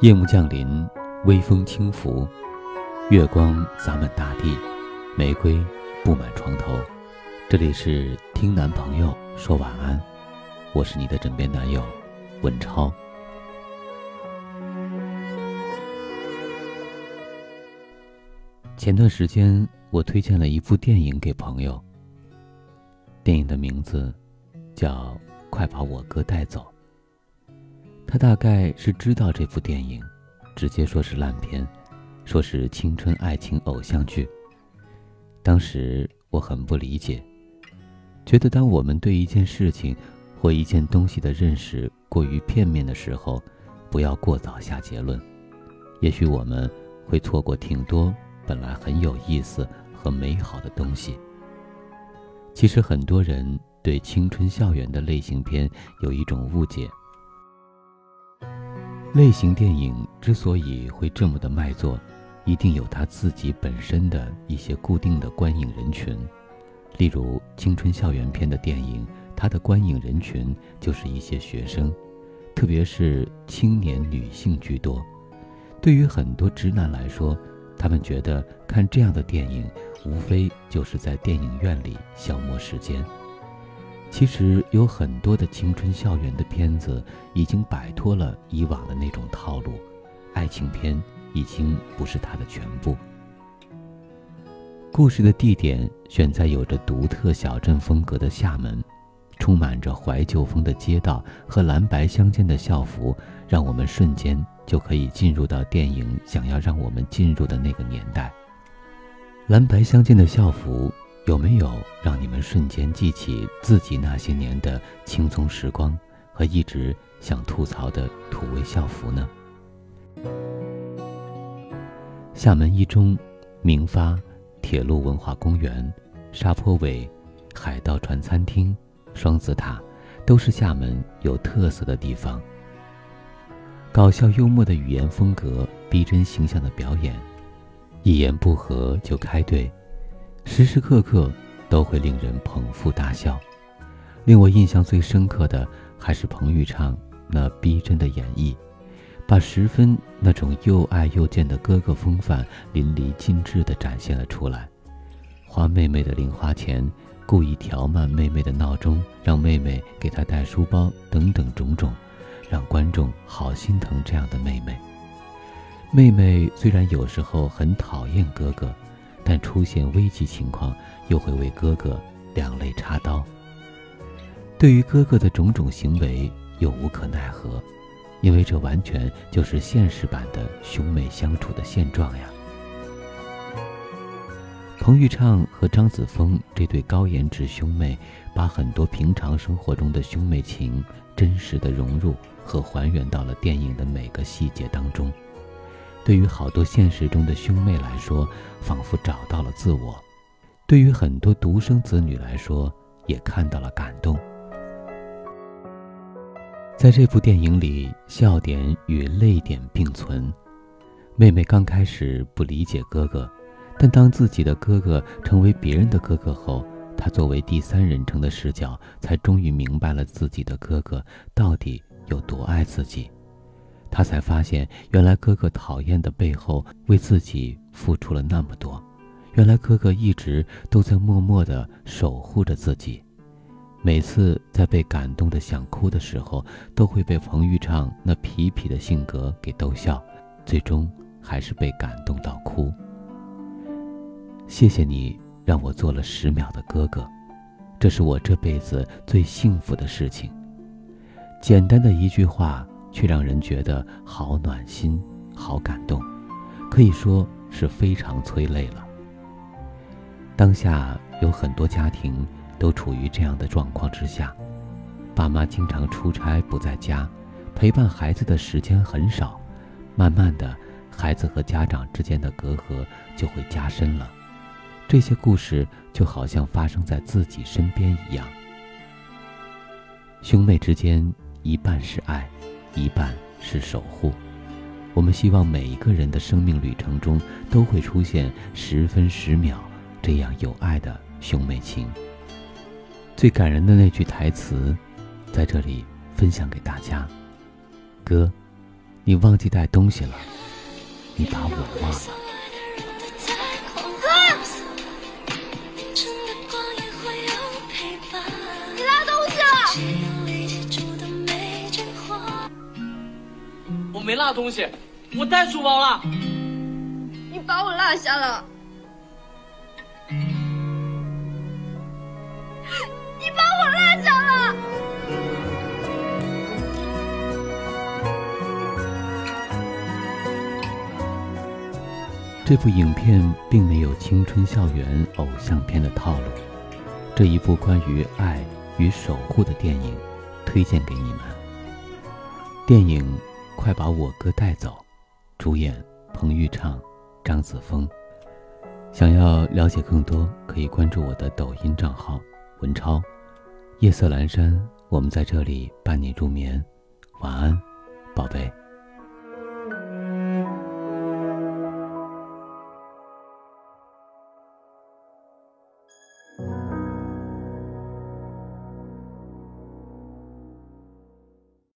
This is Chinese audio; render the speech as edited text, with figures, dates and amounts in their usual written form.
夜幕降临，微风轻拂，月光洒满大地，玫瑰布满床头。这里是听男朋友说晚安，我是你的枕边男友文超。前段时间我推荐了一部电影给朋友，电影的名字叫《快把我哥带走》。他大概是知道这部电影，直接说是烂片，说是青春爱情偶像剧。当时我很不理解，觉得当我们对一件事情或一件东西的认识过于片面的时候，不要过早下结论，也许我们会错过挺多本来很有意思和美好的东西。其实很多人对青春校园的类型片有一种误解，类型电影之所以会这么的卖座，一定有它自己本身的一些固定的观影人群。例如青春校园片的电影，它的观影人群就是一些学生，特别是青年女性居多。对于很多直男来说，他们觉得看这样的电影无非就是在电影院里消磨时间。其实有很多的青春校园的片子已经摆脱了以往的那种套路，爱情片已经不是它的全部。故事的地点选在有着独特小镇风格的厦门，充满着怀旧风的街道和蓝白相间的校服，让我们瞬间就可以进入到电影想要让我们进入的那个年代。蓝白相间的校服有没有让你们瞬间记起自己那些年的青葱时光和一直想吐槽的土味校服呢？厦门一中、明发、铁路文化公园、沙坡尾、海盗船餐厅、双子塔都是厦门有特色的地方。搞笑幽默的语言风格，逼真形象的表演，一言不合就开队，时时刻刻都会令人捧腹大笑。令我印象最深刻的还是彭昱畅那逼真的演绎，把十分那种又爱又贱的哥哥风范淋漓尽致地展现了出来。花妹妹的零花钱，故意调慢妹妹的闹钟，让妹妹给她带书包，等等种种，让观众好心疼这样的妹妹。妹妹虽然有时候很讨厌哥哥，但出现危急情况又会为哥哥两肋插刀。对于哥哥的种种行为又无可奈何，因为这完全就是现实版的兄妹相处的现状呀。彭昱畅和张子枫这对高颜值兄妹，把很多平常生活中的兄妹情真实地融入和还原到了电影的每个细节当中。对于好多现实中的兄妹来说，仿佛找到了自我；对于很多独生子女来说，也看到了感动。在这部电影里，笑点与泪点并存。妹妹刚开始不理解哥哥，但当自己的哥哥成为别人的哥哥后，她作为第三人称的视角，才终于明白了自己的哥哥到底有多爱自己。她才发现，原来哥哥讨厌的背后，为自己付出了那么多。原来哥哥一直都在默默地守护着自己。每次在被感动的想哭的时候，都会被彭昱畅那痞痞的性格给逗笑，最终还是被感动到哭。谢谢你让我做了10秒的哥哥，这是我这辈子最幸福的事情。简单的一句话，却让人觉得好暖心，好感动，可以说是非常催泪了。当下有很多家庭都处于这样的状况之下，爸妈经常出差不在家，陪伴孩子的时间很少，慢慢的，孩子和家长之间的隔阂就会加深了。这些故事就好像发生在自己身边一样。兄妹之间，一半是爱，一半是守护。我们希望每一个人的生命旅程中都会出现10分10秒这样有爱的兄妹情。最感人的那句台词，在这里分享给大家：哥， 你忘记带东西了，你把我忘了。 你拉东西了！ 我没落东西，我带书包了。 你把我落下了！你把我落下了！ 这部影片并没有青春校园偶像片的套路，这一部关于爱与守护的电影，推荐给你们。电影《快把我哥带走》，主演彭昱畅、张子枫。想要了解更多，可以关注我的抖音账号文超。夜色阑珊，我们在这里伴你入眠。晚安，宝贝。